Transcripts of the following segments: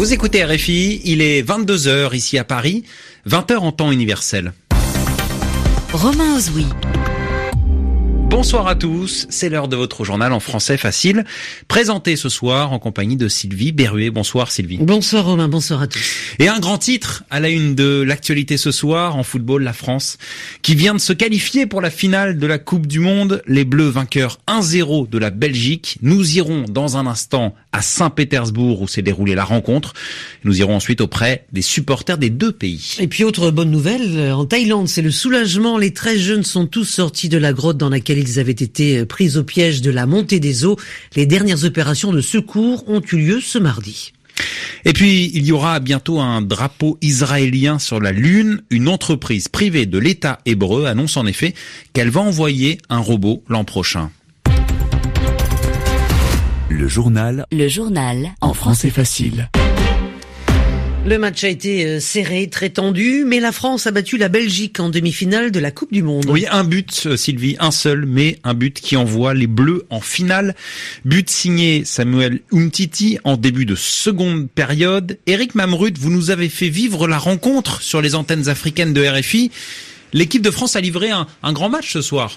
Vous écoutez RFI, il est 22h ici à Paris, 20h en temps universel. Romain Ozoui. Bonsoir à tous, c'est l'heure de votre journal en français facile, présenté ce soir en compagnie de Sylvie Berruet. Bonsoir Sylvie. Bonsoir Romain, bonsoir à tous. Et un grand titre à la une de l'actualité ce soir en football, la France, qui vient de se qualifier pour la finale de la Coupe du Monde. Les Bleus vainqueurs 1-0 de la Belgique. Nous irons dans un instant à Saint-Pétersbourg où s'est déroulée la rencontre. Nous irons ensuite auprès des supporters des deux pays. Et puis autre bonne nouvelle, en Thaïlande, c'est le soulagement. Les 13 jeunes sont tous sortis de la grotte dans laquelle ils avaient été pris au piège de la montée des eaux. Les dernières opérations de secours ont eu lieu ce mardi. Et puis, il y aura bientôt un drapeau israélien sur la Lune. Une entreprise privée de l'État hébreu annonce en effet qu'elle va envoyer un robot l'an prochain. Le journal en français facile. Le match a été serré, très tendu, mais la France a battu la Belgique en demi-finale de la Coupe du Monde. Oui, un but, Sylvie, un seul, mais un but qui envoie les Bleus en finale. But signé Samuel Umtiti en début de seconde période. Eric Mamrut, vous nous avez fait vivre la rencontre sur les antennes africaines de RFI. L'équipe de France a livré un grand match ce soir.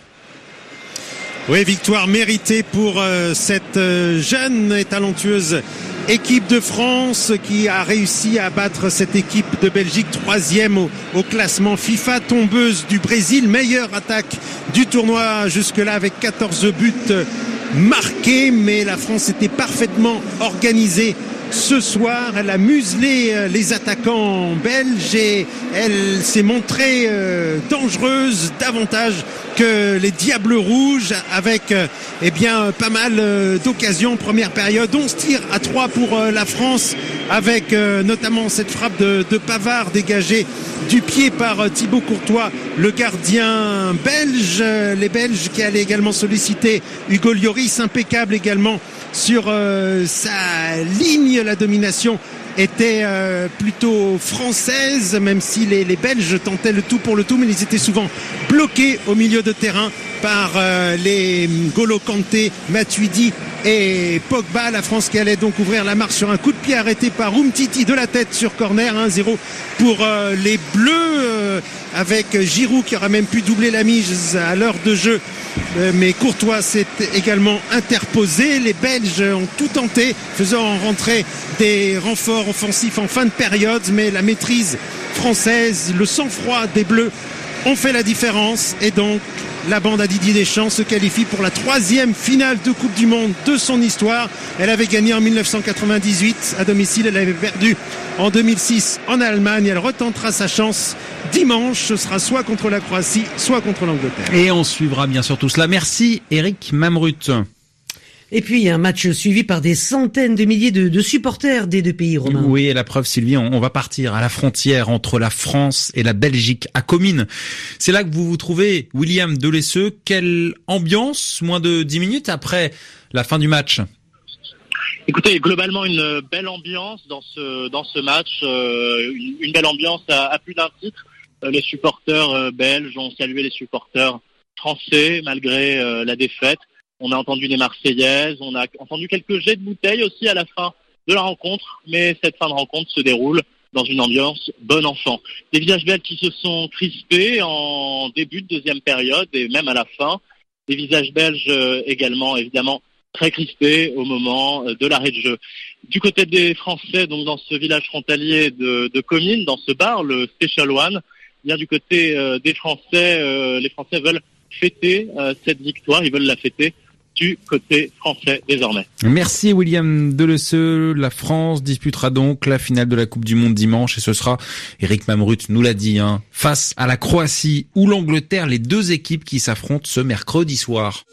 Oui, victoire méritée pour cette jeune et talentueuse équipe de France qui a réussi à battre cette équipe de Belgique, troisième au classement FIFA, tombeuse du Brésil, meilleure attaque du tournoi jusque-là avec 14 buts marqués, mais la France était parfaitement organisée. Ce soir, elle a muselé les attaquants belges et elle s'est montrée dangereuse davantage que les Diables Rouges avec pas mal d'occasions. Première période, 11 tirs à 3 pour la France avec notamment cette frappe de Pavard dégagée du pied par Thibaut Courtois, le gardien belge. Les Belges qui allaient également solliciter Hugo Lloris, impeccable également sur sa ligne. La domination était plutôt française, même si les Belges tentaient le tout pour le tout, mais ils étaient souvent bloqués au milieu de terrain par les N'Golo Kanté, Matuidi et Pogba. La France qui allait donc ouvrir la marche sur un coup de pied arrêté par Umtiti de la tête sur corner. 1-0 pour les Bleus avec Giroud qui aura même pu doubler la mise à l'heure de jeu. Mais Courtois s'est également interposé. Les Belges ont tout tenté, faisant rentrer des renforts offensifs en fin de période, mais la maîtrise française, le sang-froid des Bleus ont fait la différence et donc la bande à Didier Deschamps se qualifie pour la troisième finale de Coupe du Monde de son histoire. Elle avait gagné en 1998 à domicile, elle avait perdu en 2006 en Allemagne. Elle retentera sa chance dimanche, ce sera soit contre la Croatie, soit contre l'Angleterre. Et on suivra bien sûr tout cela. Merci Eric Mamrut. Et puis un match suivi par des centaines de milliers de supporters des deux pays, Romain. Oui, et la preuve Sylvie, on va partir à la frontière entre la France et la Belgique, à Comines. C'est là que vous vous trouvez, William Delesseux. Quelle ambiance, moins de 10 minutes après la fin du match? Écoutez, globalement une belle ambiance dans ce match, une belle ambiance à plus d'un titre. Les supporters belges ont salué les supporters français malgré la défaite. On a entendu des Marseillaises, on a entendu quelques jets de bouteilles aussi à la fin de la rencontre, mais cette fin de rencontre se déroule dans une ambiance bon enfant. Des visages belges qui se sont crispés en début de deuxième période et même à la fin. Des visages belges également, évidemment, très crispés au moment de l'arrêt de jeu. Du côté des Français, donc dans ce village frontalier de Comines, dans ce bar, le Special One, bien du côté des Français, les Français veulent fêter cette victoire, ils veulent la fêter du côté français désormais. Merci William Delesseux. La France disputera donc la finale de la Coupe du Monde dimanche et ce sera, Eric Mamrut nous l'a dit, face à la Croatie ou l'Angleterre, les deux équipes qui s'affrontent ce mercredi soir.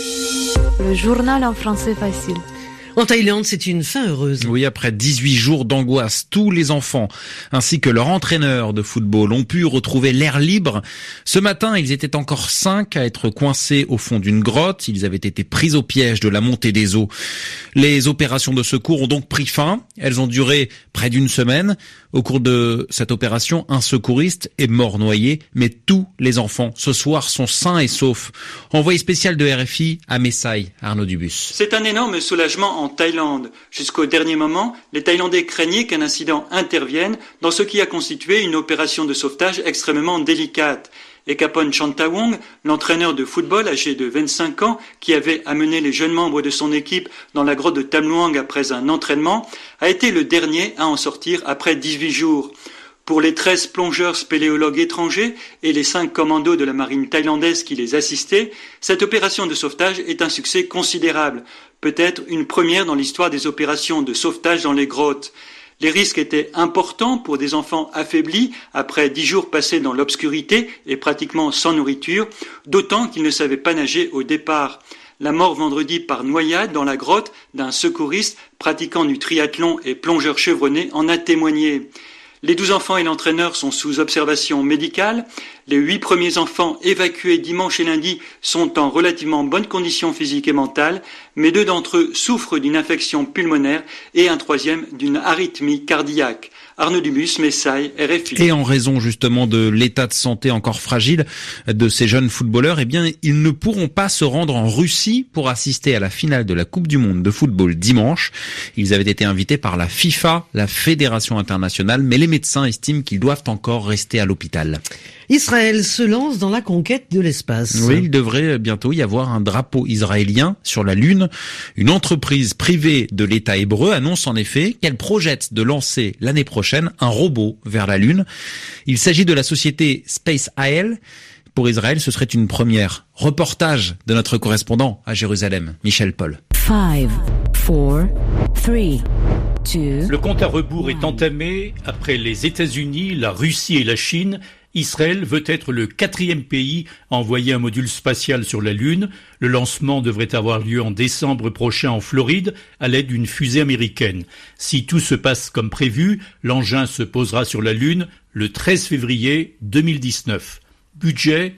Le journal en français facile. En Thaïlande, c'est une fin heureuse. Oui, après 18 jours d'angoisse, tous les enfants ainsi que leur entraîneur de football ont pu retrouver l'air libre. Ce matin, ils étaient encore 5 à être coincés au fond d'une grotte. Ils avaient été pris au piège de la montée des eaux. Les opérations de secours ont donc pris fin. Elles ont duré près d'une semaine. Au cours de cette opération, un secouriste est mort noyé, mais tous les enfants ce soir sont sains et saufs. Envoyé spécial de RFI à Messailles, Arnaud Dubus. C'est un énorme soulagement en en Thaïlande. Jusqu'au dernier moment, les Thaïlandais craignaient qu'un incident intervienne dans ce qui a constitué une opération de sauvetage extrêmement délicate. Ekapon Chantawong, l'entraîneur de football âgé de 25 ans qui avait amené les jeunes membres de son équipe dans la grotte de Tam Luang après un entraînement, a été le dernier à en sortir après 18 jours. Pour les 13 plongeurs spéléologues étrangers et les 5 commandos de la marine thaïlandaise qui les assistaient, cette opération de sauvetage est un succès considérable, peut-être une première dans l'histoire des opérations de sauvetage dans les grottes. Les risques étaient importants pour des enfants affaiblis après 10 jours passés dans l'obscurité et pratiquement sans nourriture, d'autant qu'ils ne savaient pas nager au départ. La mort vendredi par noyade dans la grotte d'un secouriste pratiquant du triathlon et plongeur chevronné en a témoigné. Les 12 enfants et l'entraîneur sont sous observation médicale. Les 8 premiers enfants évacués dimanche et lundi sont en relativement bonne condition physique et mentale, mais 2 d'entre eux souffrent d'une infection pulmonaire et un 3e d'une arythmie cardiaque. Arnaud Dubus, Messailles, RFI. Et en raison justement de l'état de santé encore fragile de ces jeunes footballeurs, eh bien, ils ne pourront pas se rendre en Russie pour assister à la finale de la Coupe du Monde de football dimanche. Ils avaient été invités par la FIFA, la Fédération internationale, mais les médecins estiment qu'ils doivent encore rester à l'hôpital. Israël se lance dans la conquête de l'espace. Oui, il devrait bientôt y avoir un drapeau israélien sur la Lune. Une entreprise privée de l'État hébreu annonce en effet qu'elle projette de lancer l'année prochaine un robot vers la Lune. Il s'agit de la société SpaceIL. Pour Israël, ce serait une première. Reportage de notre correspondant à Jérusalem, Michel Paul. 5, 4, 3, 2... Le compte à rebours est entamé. Après les États-Unis, la Russie et la Chine, Israël veut être le 4e pays à envoyer un module spatial sur la Lune. Le lancement devrait avoir lieu en décembre prochain en Floride à l'aide d'une fusée américaine. Si tout se passe comme prévu, l'engin se posera sur la Lune le 13 février 2019. Budget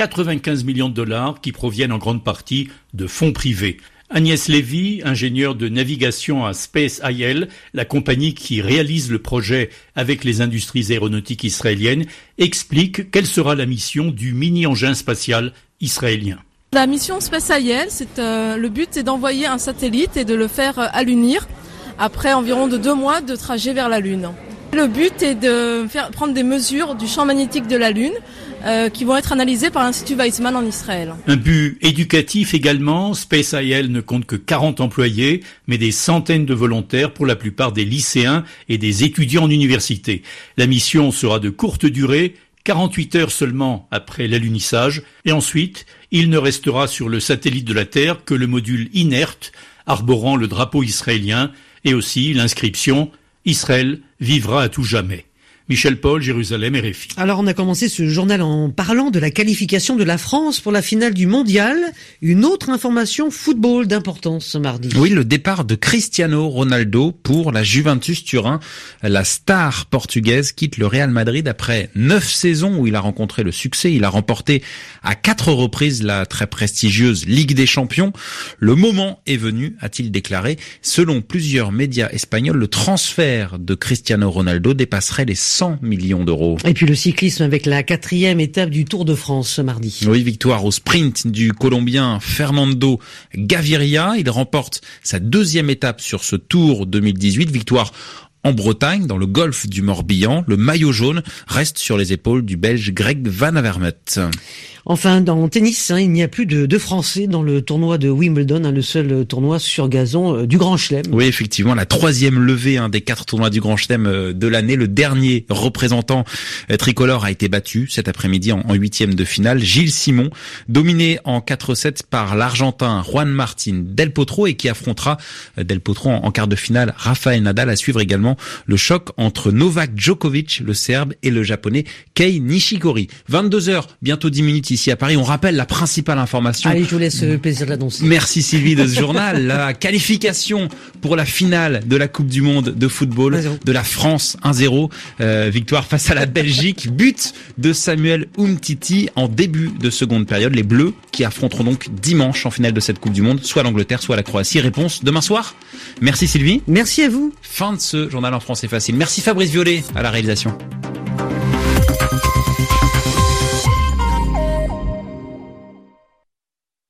95 millions de dollars qui proviennent en grande partie de fonds privés. Agnès Lévy, ingénieure de navigation à SpaceIL, la compagnie qui réalise le projet avec les industries aéronautiques israéliennes, explique quelle sera la mission du mini-engin spatial israélien. La mission SpaceIL, le but c'est d'envoyer un satellite et de le faire allunir après environ de 2 mois de trajet vers la Lune. Le but est de prendre des mesures du champ magnétique de la Lune qui vont être analysées par l'Institut Weizmann en Israël. Un but éducatif également. SpaceIL ne compte que 40 employés, mais des centaines de volontaires, pour la plupart des lycéens et des étudiants en université. La mission sera de courte durée, 48 heures seulement après l'alunissage, et ensuite, il ne restera sur le satellite de la Terre que le module inerte, arborant le drapeau israélien, et aussi l'inscription « Israël vivra à tout jamais ». Michel Paul, Jérusalem, RFI. Alors, on a commencé ce journal en parlant de la qualification de la France pour la finale du mondial. Une autre information football d'importance ce mardi. Oui, le départ de Cristiano Ronaldo pour la Juventus Turin. La star portugaise quitte le Real Madrid après 9 saisons où il a rencontré le succès. Il a remporté à 4 reprises la très prestigieuse Ligue des Champions. Le moment est venu, a-t-il déclaré. Selon plusieurs médias espagnols, le transfert de Cristiano Ronaldo dépasserait les 100 millions d'euros. Et puis le cyclisme avec la 4e étape du Tour de France ce mardi. Oui, victoire au sprint du Colombien Fernando Gaviria. Il remporte sa 2e étape sur ce Tour 2018. Victoire en Bretagne, dans le golfe du Morbihan. Le maillot jaune reste sur les épaules du Belge Greg Van Avermaet. Enfin, dans tennis, il n'y a plus de Français dans le tournoi de Wimbledon, le seul tournoi sur gazon du Grand Chelem. Oui, effectivement, la 3e levée des 4 tournois du Grand Chelem de l'année. Le dernier représentant tricolore a été battu cet après-midi en 8e de finale. Gilles Simon, dominé en 4-7 par l'Argentin Juan Martín Del Potro et qui affrontera Del Potro en quart de finale Rafael Nadal. À suivre également le choc entre Novak Djokovic, le Serbe, et le Japonais Kei Nishikori. 22h, bientôt 10 minutes ici à Paris. On rappelle la principale information. Allez, je vous laisse le plaisir de l'annoncer. Merci Sylvie de ce journal. La qualification pour la finale de la Coupe du Monde de football de la France 1-0. Victoire face à la Belgique. But de Samuel Umtiti en début de seconde période. Les Bleus qui affronteront donc dimanche en finale de cette Coupe du Monde, soit l'Angleterre, soit la Croatie. Réponse demain soir. Merci Sylvie. Merci à vous. Fin de ce journal en français facile. Merci Fabrice Violet à la réalisation.